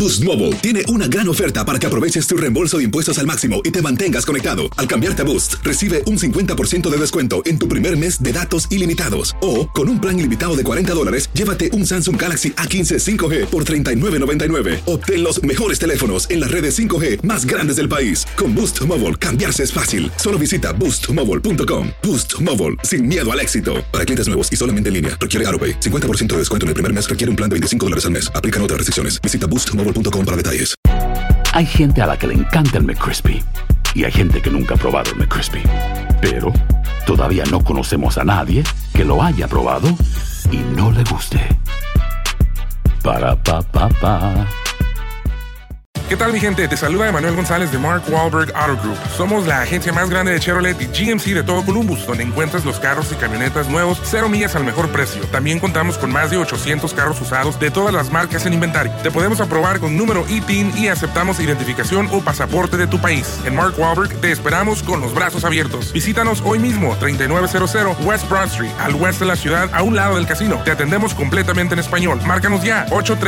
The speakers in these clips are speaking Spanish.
Boost Mobile tiene una gran oferta para que aproveches tu reembolso de impuestos al máximo y te mantengas conectado. Al cambiarte a Boost, recibe un 50% de descuento en tu primer mes de datos ilimitados. O, con un plan ilimitado de $40, llévate un Samsung Galaxy A15 5G por $39.99. Obtén los mejores teléfonos en las redes 5G más grandes del país. Con Boost Mobile, cambiarse es fácil. Solo visita boostmobile.com. Boost Mobile, sin miedo al éxito. Para clientes nuevos y solamente en línea, requiere AutoPay. 50% de descuento en el primer mes requiere un plan de $25 al mes. Aplican otras restricciones. Visita boostmobile.com para detalles. Hay gente a la que le encanta el McCrispy y hay gente que nunca ha probado el McCrispy. Pero todavía no conocemos a nadie que lo haya probado y no le guste. Para pa pa pa. ¿Qué tal, mi gente? Te saluda Emanuel González de Mark Wahlberg Auto Group. Somos la agencia más grande de Chevrolet y GMC de todo Columbus, donde encuentras los carros y camionetas nuevos, 0 millas al mejor precio. También contamos con más de 800 carros usados de todas las marcas en inventario. Te podemos aprobar con número ITIN y aceptamos identificación o pasaporte de tu país. En Mark Wahlberg te esperamos con los brazos abiertos. Visítanos hoy mismo, 3900 West Broad Street, al oeste de la ciudad, a un lado del casino. Te atendemos completamente en español. Márcanos ya,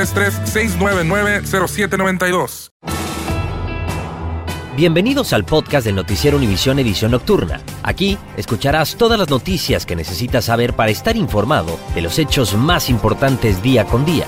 833-699-0792. Bienvenidos al podcast del Noticiero Univisión Edición Nocturna. Aquí escucharás todas las noticias que necesitas saber para estar informado de los hechos más importantes día con día.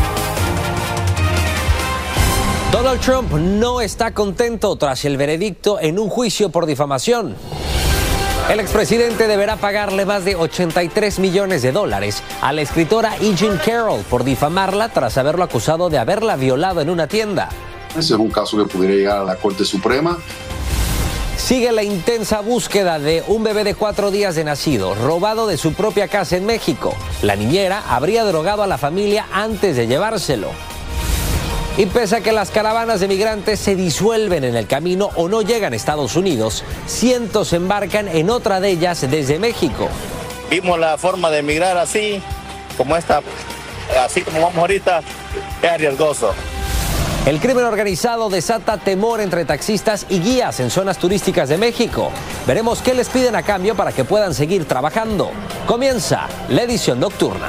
Donald Trump no está contento tras el veredicto en un juicio por difamación. El expresidente deberá pagarle más de $83 millones a la escritora E. Jean Carroll por difamarla tras haberlo acusado de haberla violado en una tienda. Ese es un caso que pudiera llegar a la Corte Suprema. Sigue la intensa búsqueda de un bebé de 4 días de nacido, robado de su propia casa en México. La niñera habría drogado a la familia antes de llevárselo. Y pese a que las caravanas de migrantes se disuelven en el camino o no llegan a Estados Unidos, cientos embarcan en otra de ellas desde México. Vimos la forma de emigrar así como vamos ahorita, es arriesgoso. El crimen organizado desata temor entre taxistas y guías en zonas turísticas de México. Veremos qué les piden a cambio para que puedan seguir trabajando. Comienza la edición nocturna.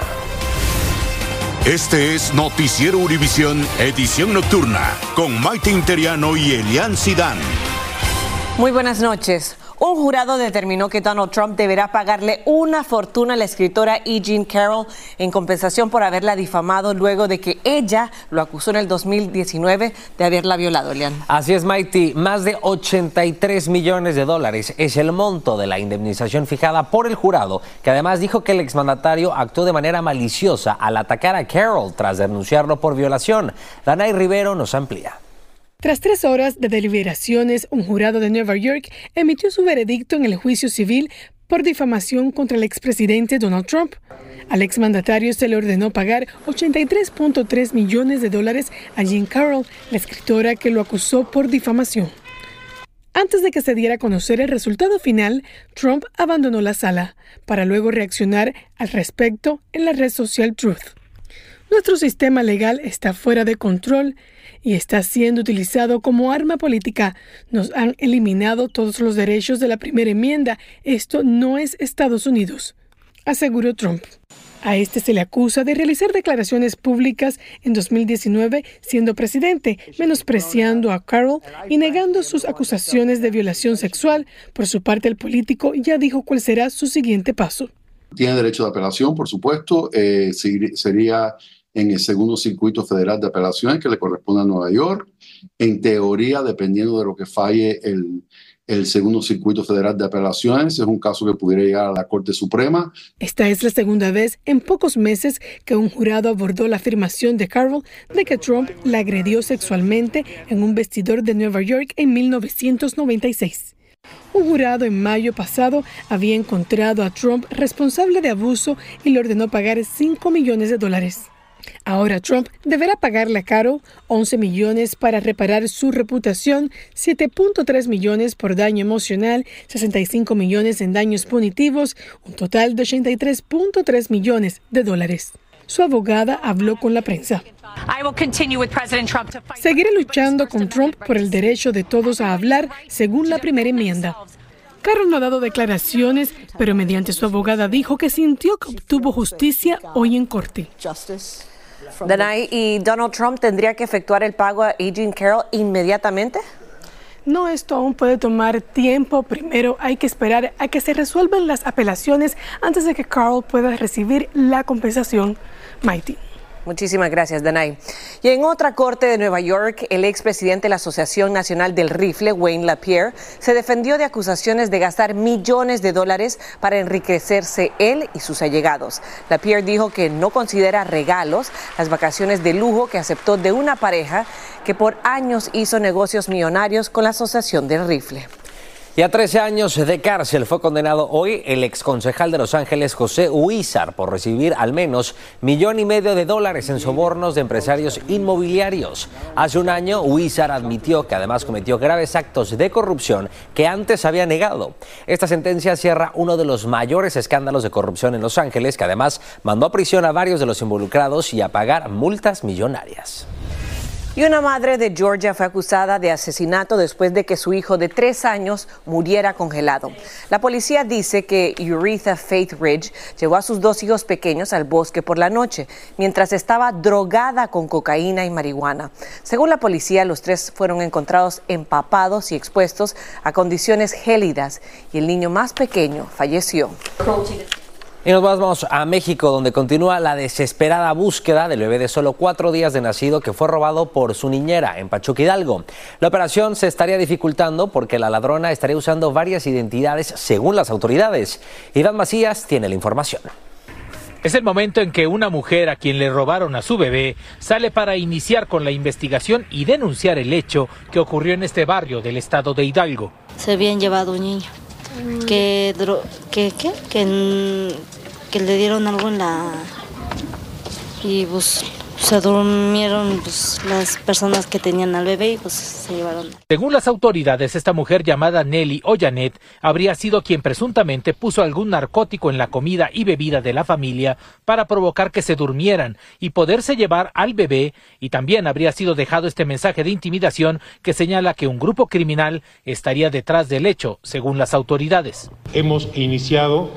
Este es Noticiero Univisión, edición nocturna, con Maite Interiano y Elian Sidán. Muy buenas noches. Un jurado determinó que Donald Trump deberá pagarle una fortuna a la escritora E. Jean Carroll en compensación por haberla difamado luego de que ella lo acusó en el 2019 de haberla violado, Elian. Así es, Maite. Más de $83 millones es el monto de la indemnización fijada por el jurado, que además dijo que el exmandatario actuó de manera maliciosa al atacar a Carroll tras denunciarlo por violación. Danay Rivero nos amplía. Tras 3 horas de deliberaciones, un jurado de Nueva York emitió su veredicto en el juicio civil por difamación contra el expresidente Donald Trump. Al exmandatario se le ordenó pagar $83.3 millones a Jean Carroll, la escritora que lo acusó por difamación. Antes de que se diera a conocer el resultado final, Trump abandonó la sala para luego reaccionar al respecto en la red social Truth. Nuestro sistema legal está fuera de control y está siendo utilizado como arma política. Nos han eliminado todos los derechos de la primera enmienda. Esto no es Estados Unidos, aseguró Trump. A este se le acusa de realizar declaraciones públicas en 2019 siendo presidente, menospreciando a Carroll y negando sus acusaciones de violación sexual. Por su parte, el político ya dijo cuál será su siguiente paso. Tiene derecho de apelación, por supuesto. Sería en el segundo circuito federal de apelaciones que le corresponde a Nueva York. En teoría, dependiendo de lo que falle el segundo circuito federal de apelaciones, es un caso que pudiera llegar a la Corte Suprema. Esta es la segunda vez en pocos meses que un jurado abordó la afirmación de Carroll de que Trump la agredió sexualmente en un vestidor de Nueva York en 1996. Un jurado en mayo pasado había encontrado a Trump responsable de abuso y le ordenó pagar $5 millones. Ahora Trump deberá pagarle a Carroll $11 millones para reparar su reputación, $7.3 millones por daño emocional, $65 millones en daños punitivos, un total de $83.3 millones. Su abogada habló con la prensa. Seguiré luchando con Trump por el derecho de todos a hablar, según la primera enmienda. Carroll no ha dado declaraciones, pero mediante su abogada dijo que sintió que obtuvo justicia hoy en corte. Danay, ¿y Donald Trump tendría que efectuar el pago a E. Jean Carroll inmediatamente? No, esto aún puede tomar tiempo. Primero hay que esperar a que se resuelvan las apelaciones antes de que Carroll pueda recibir la compensación. Maite. Muchísimas gracias, Danay. Y en otra corte de Nueva York, el expresidente de la Asociación Nacional del Rifle, Wayne LaPierre, se defendió de acusaciones de gastar millones de dólares para enriquecerse él y sus allegados. LaPierre dijo que no considera regalos las vacaciones de lujo que aceptó de una pareja que por años hizo negocios millonarios con la Asociación del Rifle. Y a 13 años de cárcel fue condenado hoy el exconcejal de Los Ángeles, José Huízar, por recibir al menos $1,5 millones en sobornos de empresarios inmobiliarios. Hace un año, Huízar admitió que además cometió graves actos de corrupción que antes había negado. Esta sentencia cierra uno de los mayores escándalos de corrupción en Los Ángeles, que además mandó a prisión a varios de los involucrados y a pagar multas millonarias. Y una madre de Georgia fue acusada de asesinato después de que su hijo de 3 años muriera congelado. La policía dice que Uretha Faith Ridge llevó a sus 2 hijos pequeños al bosque por la noche, mientras estaba drogada con cocaína y marihuana. Según la policía, los 3 fueron encontrados empapados y expuestos a condiciones gélidas, y el niño más pequeño falleció. Y nos vamos a México, donde continúa la desesperada búsqueda del bebé de solo 4 días de nacido que fue robado por su niñera en Pachuca, Hidalgo. La operación se estaría dificultando porque la ladrona estaría usando varias identidades según las autoridades. Iván Macías tiene la información. Es el momento en que una mujer a quien le robaron a su bebé sale para iniciar con la investigación y denunciar el hecho que ocurrió en este barrio del estado de Hidalgo. Se habían llevado un niño que le dieron algo en la... y pues se durmieron las personas que tenían al bebé y pues se llevaron. Según las autoridades, esta mujer llamada Nelly o Janet habría sido quien presuntamente puso algún narcótico en la comida y bebida de la familia para provocar que se durmieran y poderse llevar al bebé, y también habría sido dejado este mensaje de intimidación que señala que un grupo criminal estaría detrás del hecho, según las autoridades. Hemos iniciado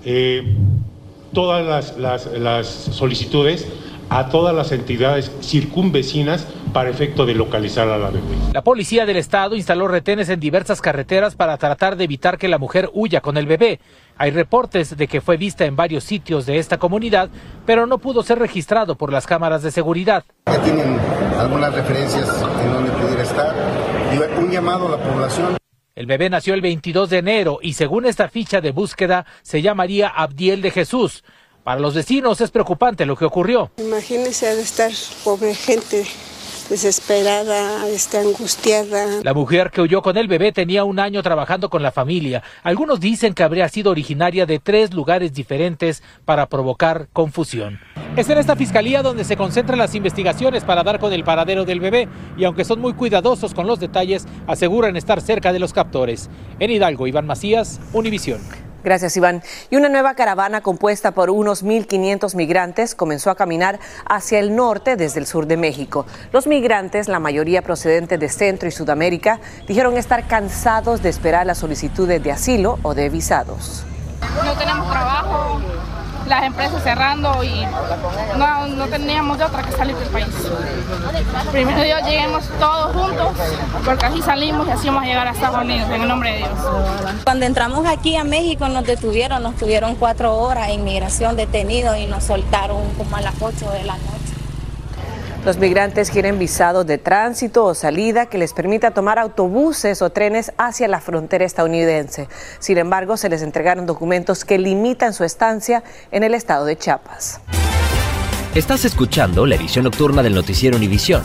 todas las solicitudes a todas las entidades circunvecinas para efecto de localizar a la bebé. La policía del estado instaló retenes en diversas carreteras para tratar de evitar que la mujer huya con el bebé. Hay reportes de que fue vista en varios sitios de esta comunidad, pero no pudo ser registrado por las cámaras de seguridad. Ya tienen algunas referencias en donde pudiera estar y un llamado a la población. El bebé nació el 22 de enero y según esta ficha de búsqueda se llamaría Abdiel de Jesús. Para los vecinos es preocupante lo que ocurrió. Imagínese, ha de estar pobre gente desesperada, angustiada. La mujer que huyó con el bebé tenía 1 año trabajando con la familia. Algunos dicen que habría sido originaria de 3 lugares diferentes para provocar confusión. Es en esta fiscalía donde se concentran las investigaciones para dar con el paradero del bebé, y aunque son muy cuidadosos con los detalles, aseguran estar cerca de los captores. En Hidalgo, Iván Macías, Univisión. Gracias, Iván. Y una nueva caravana compuesta por unos 1,500 migrantes comenzó a caminar hacia el norte desde el sur de México. Los migrantes, la mayoría procedentes de Centro y Sudamérica, dijeron estar cansados de esperar las solicitudes de asilo o de visados. No tenemos trabajo, las empresas cerrando y no teníamos de otra que salir del país. Primero Dios, lleguemos todos juntos, porque así salimos y así vamos a llegar a Estados Unidos, en el nombre de Dios. Cuando entramos aquí a México nos tuvieron 4 horas en migración detenidos y nos soltaron como a las 8 de la noche. Los migrantes quieren visados de tránsito o salida que les permita tomar autobuses o trenes hacia la frontera estadounidense. Sin embargo, se les entregaron documentos que limitan su estancia en el estado de Chiapas. Estás escuchando la edición nocturna del noticiero Univisión.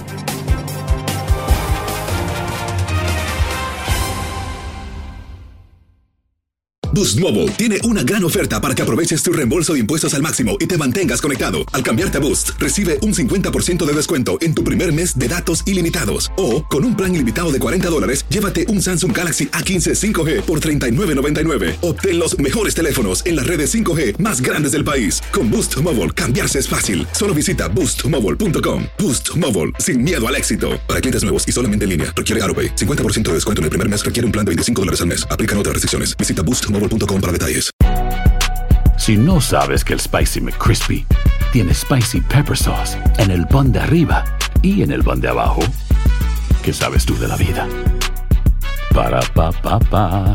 Boost Mobile tiene una gran oferta para que aproveches tu reembolso de impuestos al máximo y te mantengas conectado. Al cambiarte a Boost, recibe un 50% de descuento en tu primer mes de datos ilimitados. O, con un plan ilimitado de $40, llévate un Samsung Galaxy A15 5G por $39.99. Obtén los mejores teléfonos en las redes 5G más grandes del país. Con Boost Mobile, cambiarse es fácil. Solo visita boostmobile.com. Boost Mobile, sin miedo al éxito. Para clientes nuevos y solamente en línea, requiere AutoPay. 50% de descuento en el primer mes requiere un plan de $25 al mes. Aplican otras restricciones. Visita boostmobile.com para detalles. Si no sabes que el Spicy McCrispy tiene Spicy Pepper Sauce en el pan de arriba y en el pan de abajo. ¿Qué sabes tú de la vida? Para, pa, pa, pa.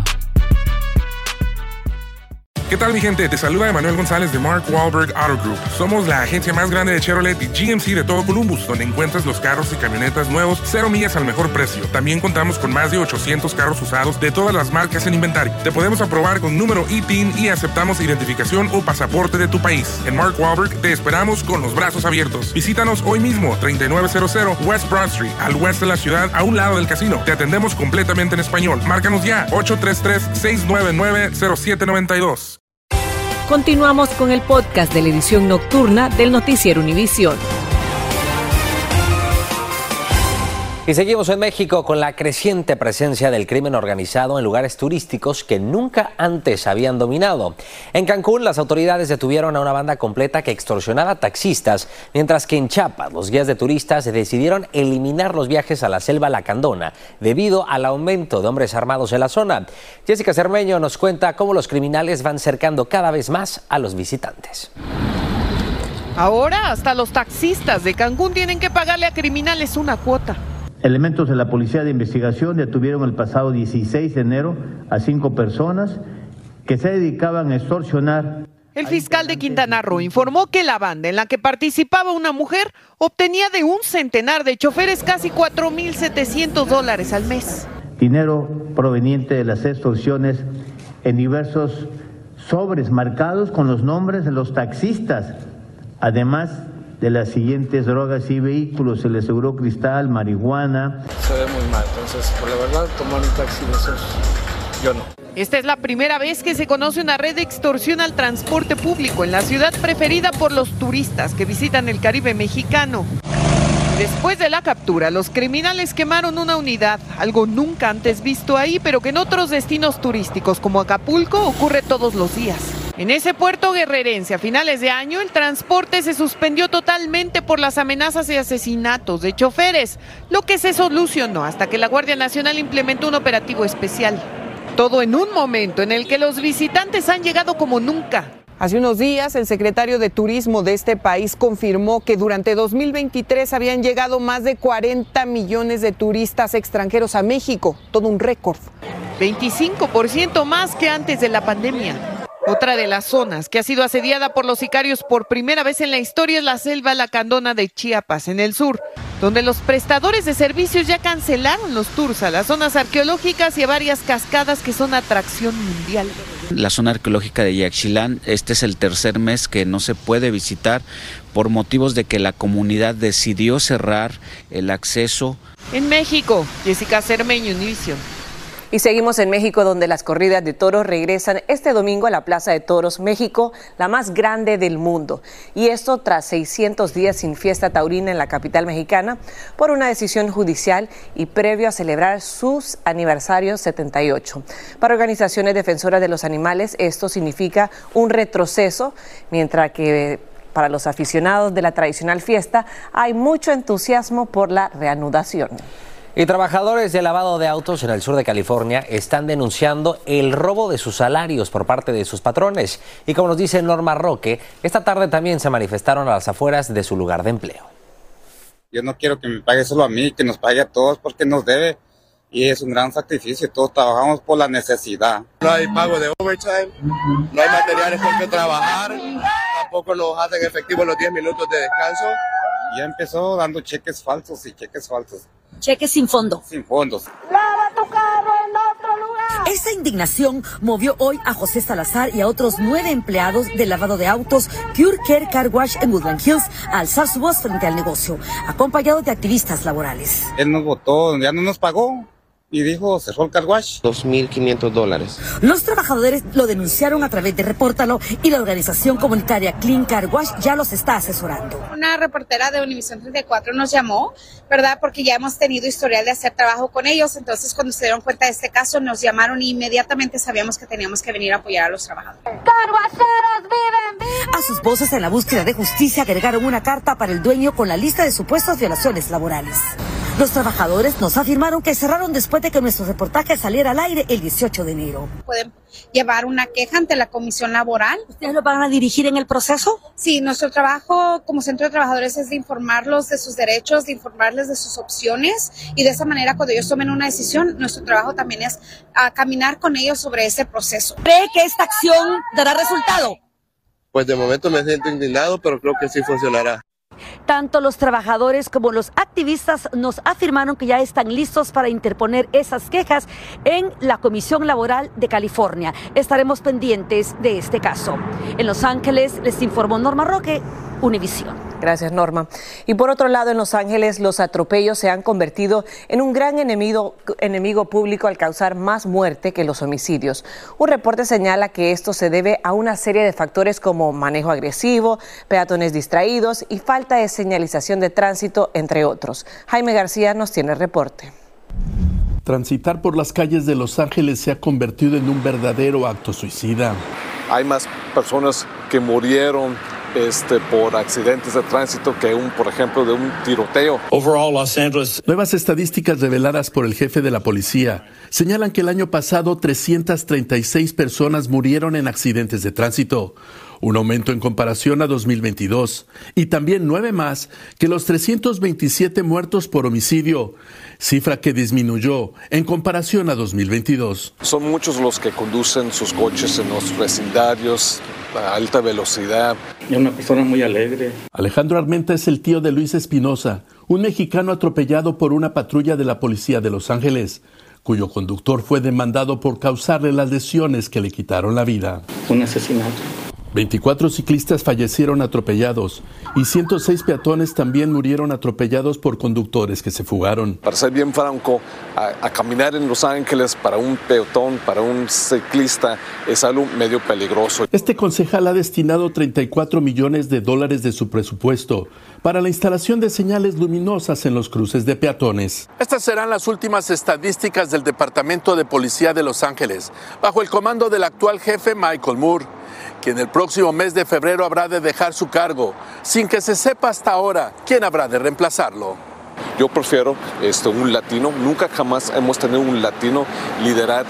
¿Qué tal, mi gente? Te saluda Emanuel González de Mark Wahlberg Auto Group. Somos la agencia más grande de Chevrolet y GMC de todo Columbus, donde encuentras los carros y camionetas nuevos, 0 millas al mejor precio. También contamos con más de 800 carros usados de todas las marcas en inventario. Te podemos aprobar con número ITIN y aceptamos identificación o pasaporte de tu país. En Mark Wahlberg te esperamos con los brazos abiertos. Visítanos hoy mismo, 3900 West Broad Street, al oeste de la ciudad, a un lado del casino. Te atendemos completamente en español. Márcanos ya, 833-699-0792. Continuamos con el podcast de la edición nocturna del Noticiero Univisión. Y seguimos en México con la creciente presencia del crimen organizado en lugares turísticos que nunca antes habían dominado. En Cancún, las autoridades detuvieron a una banda completa que extorsionaba taxistas, mientras que en Chiapas, los guías de turistas decidieron eliminar los viajes a la selva Lacandona debido al aumento de hombres armados en la zona. Jessica Cermeño nos cuenta cómo los criminales van cercando cada vez más a los visitantes. Ahora, hasta los taxistas de Cancún tienen que pagarle a criminales una cuota. Elementos de la Policía de Investigación detuvieron el pasado 16 de enero a 5 personas que se dedicaban a extorsionar. El fiscal de Quintana Roo informó que la banda en la que participaba una mujer obtenía de un centenar de choferes casi $4,700 al mes. Dinero proveniente de las extorsiones en diversos sobres marcados con los nombres de los taxistas, además de las siguientes drogas y vehículos. Se les aseguró cristal, marihuana. Se ve muy mal, entonces por la verdad tomar un taxi de esos, yo no. Esta es la primera vez que se conoce una red de extorsión al transporte público en la ciudad preferida por los turistas que visitan el Caribe mexicano. Después de la captura, los criminales quemaron una unidad, algo nunca antes visto ahí, pero que en otros destinos turísticos como Acapulco ocurre todos los días. En ese puerto guerrerense, a finales de año, el transporte se suspendió totalmente por las amenazas y asesinatos de choferes, lo que se solucionó hasta que la Guardia Nacional implementó un operativo especial. Todo en un momento en el que los visitantes han llegado como nunca. Hace unos días, el secretario de Turismo de este país confirmó que durante 2023 habían llegado más de 40 millones de turistas extranjeros a México, todo un récord. 25% más que antes de la pandemia. Otra de las zonas que ha sido asediada por los sicarios por primera vez en la historia es la selva Lacandona de Chiapas, en el sur, donde los prestadores de servicios ya cancelaron los tours a las zonas arqueológicas y a varias cascadas que son atracción mundial. La zona arqueológica de Yaxchilán, este es el tercer mes que no se puede visitar por motivos de que la comunidad decidió cerrar el acceso. En México, Jessica Cermeño, Univisión. Y seguimos en México, donde las corridas de toros regresan este domingo a la Plaza de Toros México, la más grande del mundo. Y esto tras 600 días sin fiesta taurina en la capital mexicana por una decisión judicial y previo a celebrar sus aniversarios 78. Para organizaciones defensoras de los animales, esto significa un retroceso, mientras que para los aficionados de la tradicional fiesta hay mucho entusiasmo por la reanudación. Y trabajadores de lavado de autos en el sur de California están denunciando el robo de sus salarios por parte de sus patrones. Y como nos dice Norma Roque, esta tarde también se manifestaron a las afueras de su lugar de empleo. Yo no quiero que me pague solo a mí, que nos pague a todos porque nos debe. Y es un gran sacrificio, todos trabajamos por la necesidad. No hay pago de overtime, no hay materiales con que trabajar, tampoco nos hacen efectivo los 10 minutos de descanso. Ya empezó dando cheques falsos y cheques falsos. Cheques sin fondo. Sin fondos. ¡Lava tu carro en otro lugar! Esa indignación movió hoy a José Salazar y a otros 9 empleados del lavado de autos Pure Care Car Wash en Woodland Hills a alzar su voz frente al negocio, acompañados de activistas laborales. Él nos votó, ya no nos pagó. Y dijo, cerró el car wash. $2,500. Los trabajadores lo denunciaron a través de Repórtalo y la organización comunitaria Clean Car Wash ya los está asesorando. Una reportera de Univisión 34 nos llamó, ¿verdad? Porque ya hemos tenido historial de hacer trabajo con ellos. Entonces, cuando se dieron cuenta de este caso, nos llamaron y inmediatamente sabíamos que teníamos que venir a apoyar a los trabajadores. ¡Carwacheros viven! A sus voces en la búsqueda de justicia agregaron una carta para el dueño con la lista de supuestas violaciones laborales. Los trabajadores nos afirmaron que cerraron después de que nuestro reportaje saliera al aire el 18 de enero. Pueden llevar una queja ante la comisión laboral. ¿Ustedes lo van a dirigir en el proceso? Sí, nuestro trabajo como Centro de Trabajadores es de informarlos de sus derechos, de informarles de sus opciones, y de esa manera cuando ellos tomen una decisión, nuestro trabajo también es caminar con ellos sobre ese proceso. ¿Cree que esta acción dará resultado? Pues de momento me siento indignado, pero creo que sí funcionará. Tanto los trabajadores como los activistas nos afirmaron que ya están listos para interponer esas quejas en la Comisión Laboral de California. Estaremos pendientes de este caso. En Los Ángeles les informó Norma Roque, Univisión. Gracias, Norma. Y por otro lado, en Los Ángeles, los atropellos se han convertido en un gran enemigo público al causar más muerte que los homicidios. Un reporte señala que esto se debe a una serie de factores como manejo agresivo, peatones distraídos y falta de señalización de tránsito, entre otros. Jaime García nos tiene el reporte. Transitar por las calles de Los Ángeles se ha convertido en un verdadero acto suicida. Hay más personas que murieron por accidentes de tránsito que por ejemplo, de un tiroteo. Nuevas estadísticas reveladas por el jefe de la policía señalan que el año pasado 336 personas murieron en accidentes de tránsito, un aumento en comparación a 2022, y también 9 más que los 327 muertos por homicidio, cifra que disminuyó en comparación a 2022. Son muchos los que conducen sus coches en los vecindarios a alta velocidad. Es una persona muy alegre. Alejandro Armenta es el tío de Luis Espinosa, un mexicano atropellado por una patrulla de la policía de Los Ángeles, cuyo conductor fue demandado por causarle las lesiones que le quitaron la vida. Un asesinato. 24 ciclistas fallecieron atropellados y 106 peatones también murieron atropellados por conductores que se fugaron. Para ser bien franco, a caminar en Los Ángeles para un peatón, para un ciclista, es algo medio peligroso. Este concejal ha destinado $34 millones de su presupuesto para la instalación de señales luminosas en los cruces de peatones. Estas serán las últimas estadísticas del Departamento de Policía de Los Ángeles, bajo el comando del actual jefe Michael Moore, quien el próximo mes de febrero habrá de dejar su cargo, sin que se sepa hasta ahora quién habrá de reemplazarlo. Yo prefiero un latino. Nunca jamás hemos tenido un latino liderar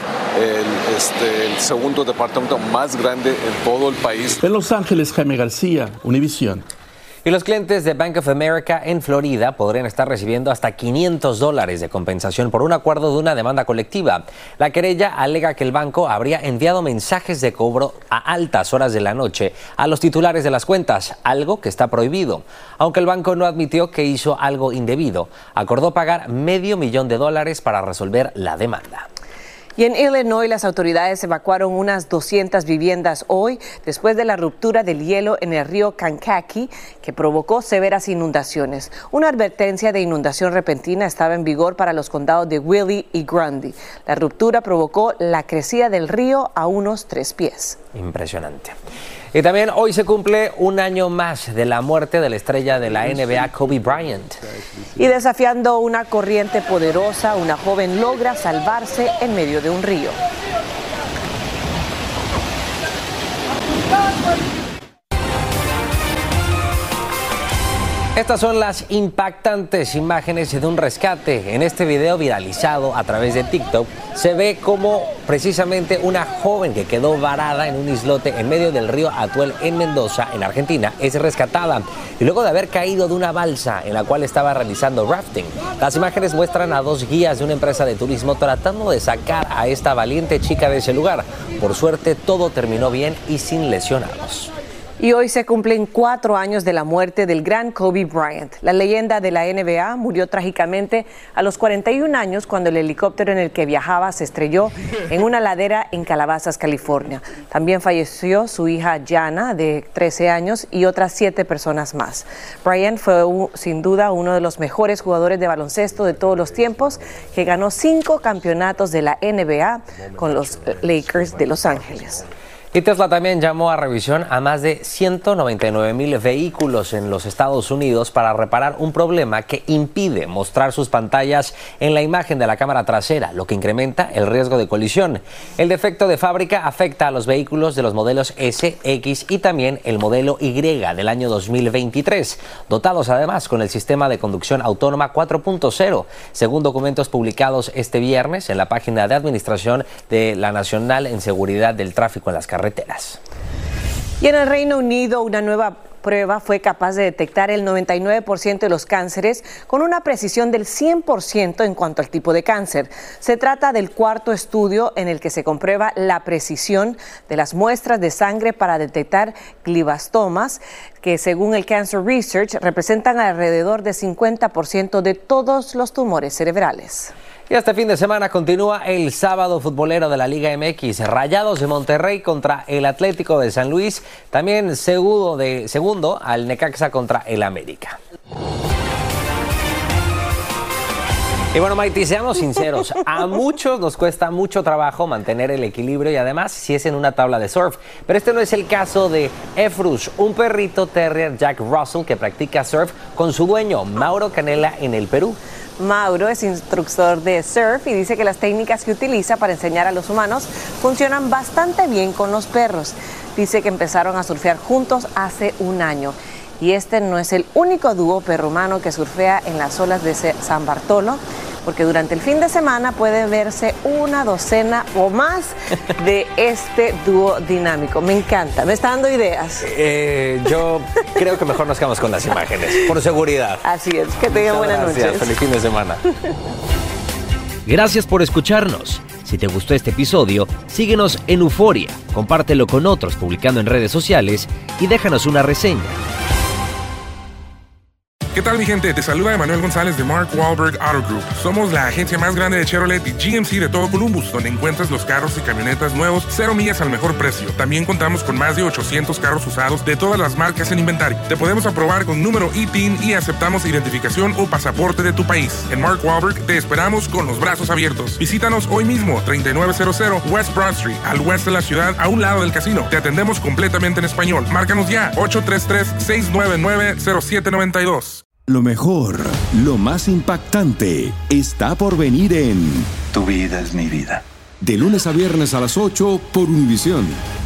el segundo departamento más grande en todo el país. En Los Ángeles, Jaime García, Univisión. Y los clientes de Bank of America en Florida podrían estar recibiendo hasta $500 de compensación por un acuerdo de una demanda colectiva. La querella alega que el banco habría enviado mensajes de cobro a altas horas de la noche a los titulares de las cuentas, algo que está prohibido. Aunque el banco no admitió que hizo algo indebido, acordó pagar $500,000 para resolver la demanda. Y en Illinois, las autoridades evacuaron unas 200 viviendas hoy después de la ruptura del hielo en el río Kankakee, que provocó severas inundaciones. Una advertencia de inundación repentina estaba en vigor para los condados de Willie y Grundy. La ruptura provocó la crecida del río a unos 3 pies. Impresionante. Y también hoy se cumple un año más de la muerte de la estrella de la NBA, Kobe Bryant. Y desafiando una corriente poderosa, una joven logra salvarse en medio de un río. Estas son las impactantes imágenes de un rescate. En este video viralizado a través de TikTok se ve como precisamente una joven que quedó varada en un islote en medio del río Atuel en Mendoza, en Argentina, es rescatada y luego de haber caído de una balsa en la cual estaba realizando rafting. Las imágenes muestran a 2 guías de una empresa de turismo tratando de sacar a esta valiente chica de ese lugar. Por suerte todo terminó bien y sin lesionados. Y hoy se cumplen 4 años de la muerte del gran Kobe Bryant. La leyenda de la NBA murió trágicamente a los 41 años cuando el helicóptero en el que viajaba se estrelló en una ladera en Calabasas, California. También falleció su hija Gianna, de 13 años, y otras 7 personas más. Bryant fue sin duda uno de los mejores jugadores de baloncesto de todos los tiempos, que ganó 5 campeonatos de la NBA con los Lakers de Los Ángeles. Y Tesla también llamó a revisión a más de 199,000 vehículos en los Estados Unidos para reparar un problema que impide mostrar sus pantallas en la imagen de la cámara trasera, lo que incrementa el riesgo de colisión. El defecto de fábrica afecta a los vehículos de los modelos S, X y también el modelo Y del año 2023, dotados además con el sistema de conducción autónoma 4.0, según documentos publicados este viernes en la página de administración de la Nacional en Seguridad del Tráfico en las Carreteras. Y en el Reino Unido, una nueva prueba fue capaz de detectar el 99% de los cánceres con una precisión del 100% en cuanto al tipo de cáncer. Se trata del cuarto estudio en el que se comprueba la precisión de las muestras de sangre para detectar gliostomas, que según el Cancer Research representan alrededor del 50% de todos los tumores cerebrales. Y este fin de semana continúa el sábado futbolero de la Liga MX. Rayados de Monterrey contra el Atlético de San Luis. También segundo al Necaxa contra el América. Y bueno, Maite, seamos sinceros, a muchos nos cuesta mucho trabajo mantener el equilibrio y además si es en una tabla de surf. Pero este no es el caso de Efrush, un perrito terrier Jack Russell que practica surf con su dueño, Mauro Canela, en el Perú. Mauro es instructor de surf y dice que las técnicas que utiliza para enseñar a los humanos funcionan bastante bien con los perros. Dice que empezaron a surfear juntos hace un año. Y este no es el único dúo perro-humano que surfea en las olas de San Bartolo, porque durante el fin de semana puede verse una docena o más de este dúo dinámico. Me encanta, me está dando ideas. Yo creo que mejor nos quedamos con las imágenes, por seguridad. Así es, que tengan buenas noches. Feliz fin de semana. Gracias por escucharnos. Si te gustó este episodio, síguenos en Euforia, compártelo con otros publicando en redes sociales y déjanos una reseña. ¿Qué tal, mi gente? Te saluda Emanuel González de Mark Wahlberg Auto Group. Somos la agencia más grande de Chevrolet y GMC de todo Columbus, donde encuentras los carros y camionetas nuevos, 0 millas al mejor precio. También contamos con más de 800 carros usados de todas las marcas en inventario. Te podemos aprobar con número ITIN y aceptamos identificación o pasaporte de tu país. En Mark Wahlberg te esperamos con los brazos abiertos. Visítanos hoy mismo, 3900 West Broad Street, al oeste de la ciudad, a un lado del casino. Te atendemos completamente en español. Márcanos ya, 833-699-0792. Lo mejor, lo más impactante, está por venir en Tu vida es mi vida. De lunes a viernes a las 8 por Univisión.